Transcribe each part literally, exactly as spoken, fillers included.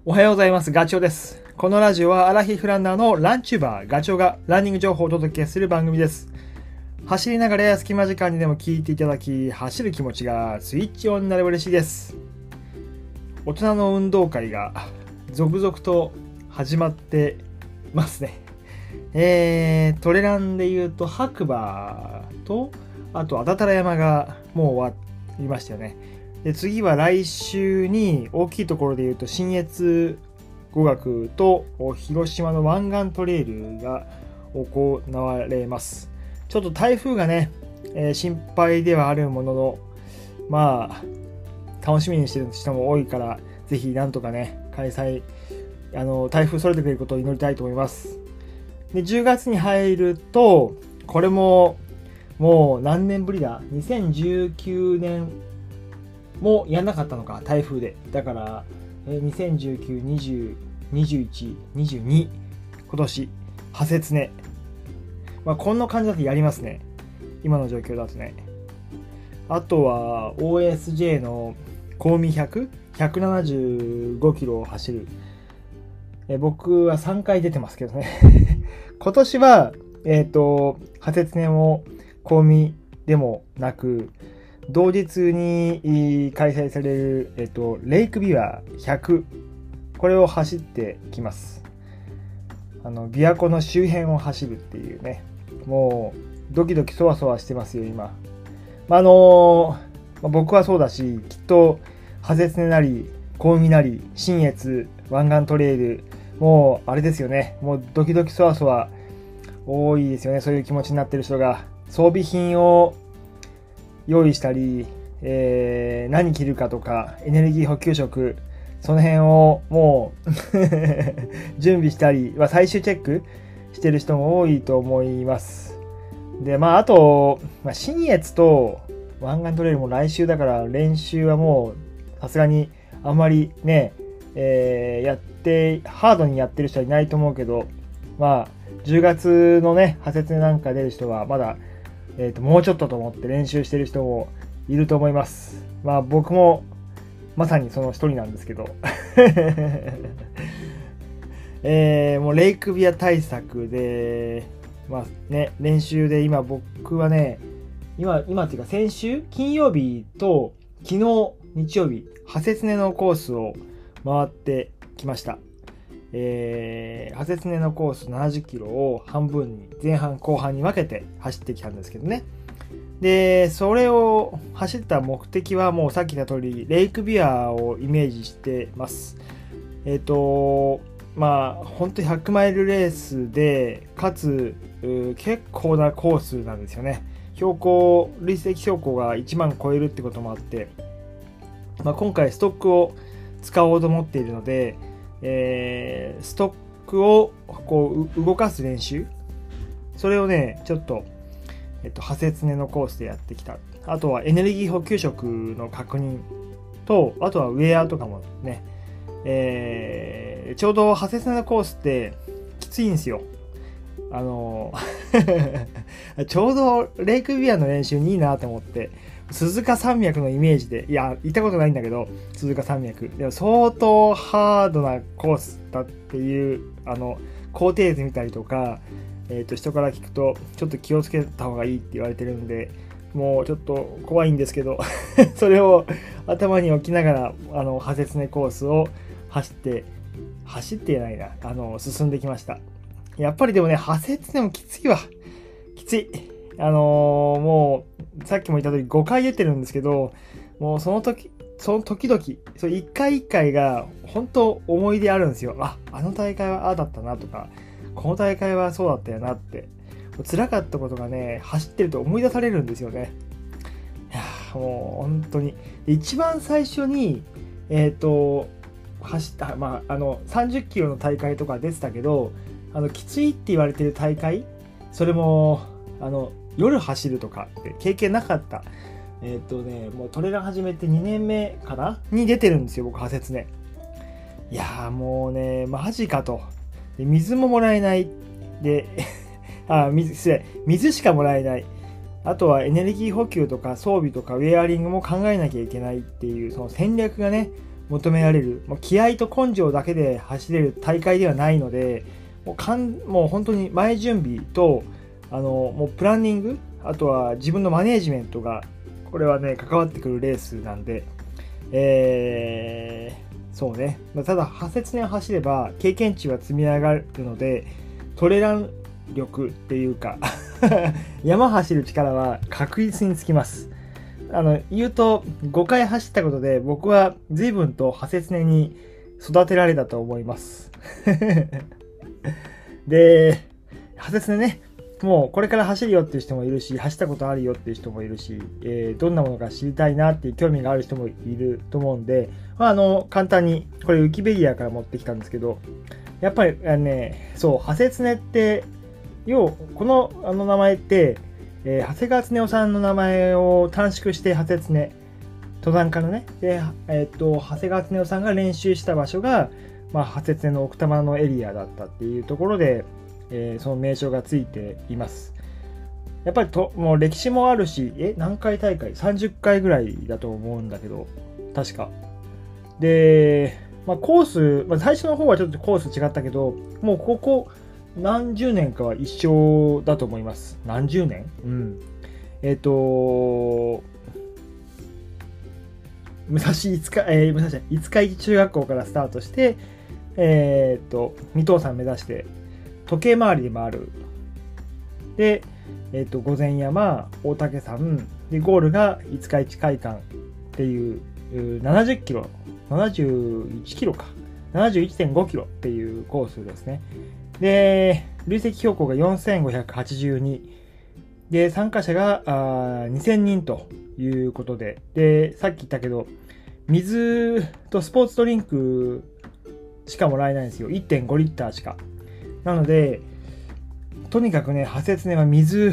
おはようございます。ガチョウです。このラジオはアラヒフランナーのランチューバーガチョウがランニング情報をお届けする番組です。走りながらや隙間時間にでも聞いていただき、走る気持ちがスイッチオンになれば嬉しいです。大人の運動会が続々と始まってますね。えー、トレランで言うと白馬と、あと安達太良山がもう終わりましたよね。で次は来週に大きいところで言うと信越語学と広島の湾岸トレイルが行われます。ちょっと台風がね、えー、心配ではあるものの、まあ楽しみにしてる人も多いから、ぜひなんとかね開催、あの台風それてくれることを祈りたいと思います。でじゅうがつに入ると、これももう何年ぶりだ、にせんじゅうきゅうねんもやんなかったのか、台風で。だからにせんじゅうきゅう、にじゅう、にじゅういち、にじゅうに、今年ハセツネ、まあこんな感じだとやりますね、今の状況だとね。あとは オーエスジェー のコウミひゃく、ひゃくななじゅうごキロを走る、え僕はさんかい出てますけどね今年はえっとハセツネもコウミでもなく、同日に開催される、えっと、レイクビワひゃく、これを走ってきます。あの琵琶湖の周辺を走るっていうね、もうドキドキそわそわしてますよ今。まあ、あのまあ、僕はそうだし、きっとハセツネなりコウミなり信越湾岸トレイル、もうあれですよね、もうドキドキそわそわ多いですよね。そういう気持ちになってる人が、装備品を用意したり、えー、何着るかとか、エネルギー補給食、その辺をもう準備したり、まあ、最終チェックしてる人も多いと思います。で、まああと、まあ、信越と湾岸トレイルも来週だから、練習はもうさすがにあんまりね、えー、やってハードにやってる人はいないと思うけど、まあじゅうがつのねハセツネなんか出る人はまだえー、ともうちょっとと思って練習してる人もいると思います。まあ僕もまさにその一人なんですけどえー、もうレイクビア対策で、まあね、練習で今僕はね、今今っていうか先週金曜日と昨日日曜日、ハセツネのコースを回ってきました。えー、ハセツネのコースななじゅっキロを半分に、前半後半に分けて走ってきたんですけどね。でそれを走った目的はもうさっき言った通りレイクビアをイメージしてます。えっとまあ本当にひゃくマイルレースで、かつ結構なコースなんですよね。標高累積標高がいちまん超えるってこともあって、まあ、今回ストックを使おうと思っているので、えー、ストックをこう動かす練習、それをねちょっと、えっと、ハセツネのコースでやってきた。あとはエネルギー補給食の確認と、あとはウェアとかもね、えー、ちょうどハセツネのコースってきついんですよ。あのちょうどレイクビアの練習にいいなと思って、鈴鹿山脈のイメージで、いや行ったことないんだけど、鈴鹿山脈でも相当ハードなコースだっていう、あの高低図見たりとか、えー、と人から聞くとちょっと気をつけた方がいいって言われてるんで、もうちょっと怖いんですけどそれを頭に置きながら、あのハセツネコースを走って走ってないなあの進んできました。やっぱりでもね、ハセツネもきついわ、きつい。あのー、もうさっきも言った通りごかい出てるんですけど、もうその時その時々そいっかいいっかいが本当思い出あるんですよ。あ、あの大会はああだったなとか、この大会はそうだったよなって、辛かったことがね走ってると思い出されるんですよね。いやもう本当に一番最初にえっ、ー、と走った、まああのさんじゅっキロの大会とか出てたけど、あのきついって言われてる大会、それもあの夜走るとかって経験なかった。えっ、ー、とねもうトレラン始めてにねんめかなに出てるんですよ、僕ハセツネ。いやーもうねマジかと。で水ももらえないであ水失礼水しかもらえない。あとはエネルギー補給とか装備とかウェアリングも考えなきゃいけないっていう、その戦略がね求められる、もう気合と根性だけで走れる大会ではないので、もうかんもう本当に前準備とあのもうプランニング、あとは自分のマネージメントがこれはね関わってくるレースなんで、えー、そうね、ただ派切ねを走れば経験値は積み上がるので、トレラン力っていうか山走る力は確実につきます。あの言うとごかい走ったことで僕は随分と派切ねに育てられたと思いますで、派切ねね、もうこれから走るよっていう人もいるし、走ったことあるよっていう人もいるし、えー、どんなものか知りたいなっていう興味がある人もいると思うんで、まあ、あの簡単にこれウィキペディアから持ってきたんですけど、やっぱりあのね、そう派切ねって要このあの名前って、えー、長谷川恒夫さんの名前を短縮して派切ね、登山家のね、で、えー、っと長谷川恒夫さんが練習した場所が、まあ、派切ねの奥多摩のエリアだったっていうところで、えー、その名称がついています。やっぱりともう歴史もあるし、え何回大会さんじゅっかいぐらいだと思うんだけど、確かで、まあ、コース、まあ、最初の方はちょっとコース違ったけど、もうここ何十年かは一緒だと思います。何十年？うん。えっ、ー、と武蔵五日、えー、武蔵五日市中学校からスタートして、えっ、ー、と三塔山目指して時計回りで回る。で、えっ、ー、と御前山、大竹山でゴールが五日市会館っていうななじゅっキロ、ななじゅういちキロか、ななじゅういってんごキロっていうコースですね。で、累積標高がよんせんごひゃくはちじゅうにで、参加者があにせんにんということで、で、さっき言ったけど、水とスポーツドリンクしかもらえないんですよ。いってんごリッターしか。なので、とにかくね、派切ねは水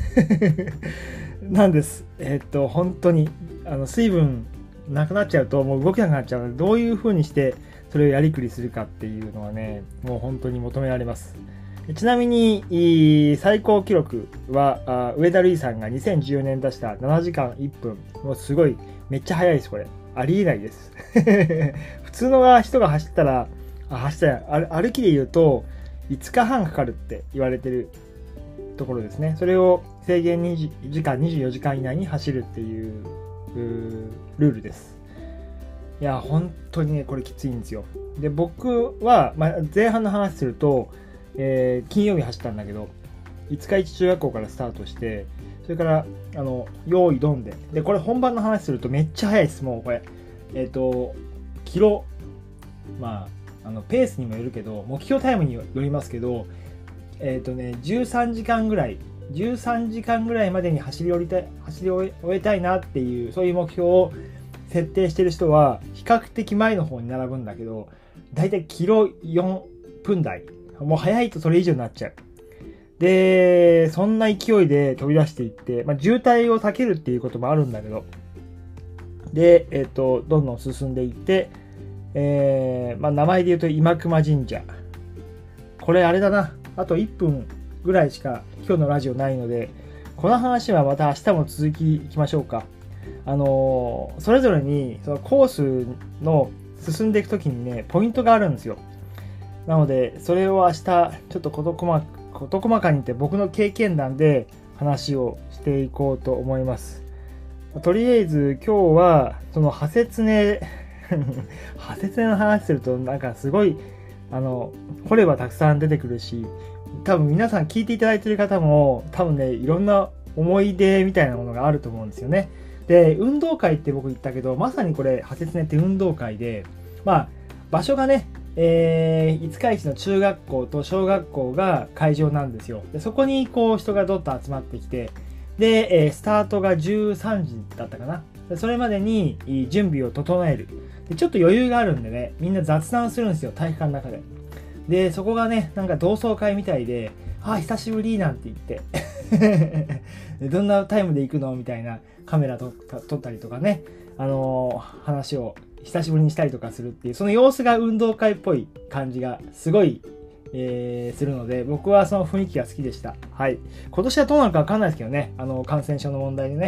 なんです。えっと、本当に、あの、水分なくなっちゃうともう動けなくなっちゃうので、どういう風にしてそれをやりくりするかっていうのはね、もう本当に求められます。ちなみに、最高記録は、上田瑠衣さんがにせんじゅうよねん出したななじかんいっぷん。もうすごい、めっちゃ速いです、これ。ありえないです。普通の人が走ったら、あ、走ったら、歩きで言うと、いつかはんかかるって言われてるところですね。それを制限にじかん、にじゅうよじかん以内に走るっていう、うルールです。いや、本当にね、これきついんですよ。で、僕は、まあ、前半の話すると、えー、金曜日走ったんだけど、五日市中学校からスタートして、それから、あの、用意ドンで。で、これ本番の話するとめっちゃ速いです、もうこれ。えっ、ー、と、キロ、まあ、あの、ペースにもよるけど、目標タイムによりますけど、えっ、ー、とね、じゅうさんじかんぐらい、じゅうさんじかんぐらいまでに走り降りたい、走り終えたいなっていう、そういう目標を設定してる人は、比較的前の方に並ぶんだけど、だいたいキロよんぷん台。もう早いとそれ以上になっちゃう。で、そんな勢いで飛び出していって、まあ、渋滞を避けるっていうこともあるんだけど、で、えっと、どんどん進んでいって、えー、まあ、名前で言うと今熊神社。これあれだな。あといっぷんぐらいしか今日のラジオないので、この話はまた明日も続きいきましょうか。あのー、それぞれにそのコースの進んでいくときにね、ポイントがあるんですよ。なので、それを明日、ちょっと事細事細かに言って僕の経験談で話をしていこうと思います。とりあえず今日は、その派切ね、派切ねの話するとなんかすごい、あの、掘ればたくさん出てくるし、多分皆さん聞いていただいている方も、多分ね、いろんな思い出みたいなものがあると思うんですよね。で、運動会って僕言ったけど、まさにこれ、派切ねって運動会で、まあ、場所がね、えー、五日市の中学校と小学校が会場なんですよ。でそこにこう人がどっと集まってきて、で、えー、スタートがじゅうさんじだったかな。でそれまでに準備を整えるで。ちょっと余裕があるんでね、みんな雑談するんですよ、体育館の中で。で、そこがね、なんか同窓会みたいで、ああ、久しぶりなんて言ってで、どんなタイムで行くのみたいなカメラと撮ったりとかね、あのー、話を久しぶりにしたりとかするっていう、その様子が運動会っぽい感じがすごい、えー、するので、僕はその雰囲気が好きでした。はい。今年はどうなるかわかんないですけどね、あの、感染症の問題でね。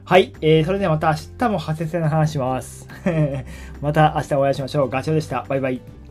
はい、えー、それではまた明日もハセセの話します。また明日お会いしましょう。ガチョウでした。バイバイ。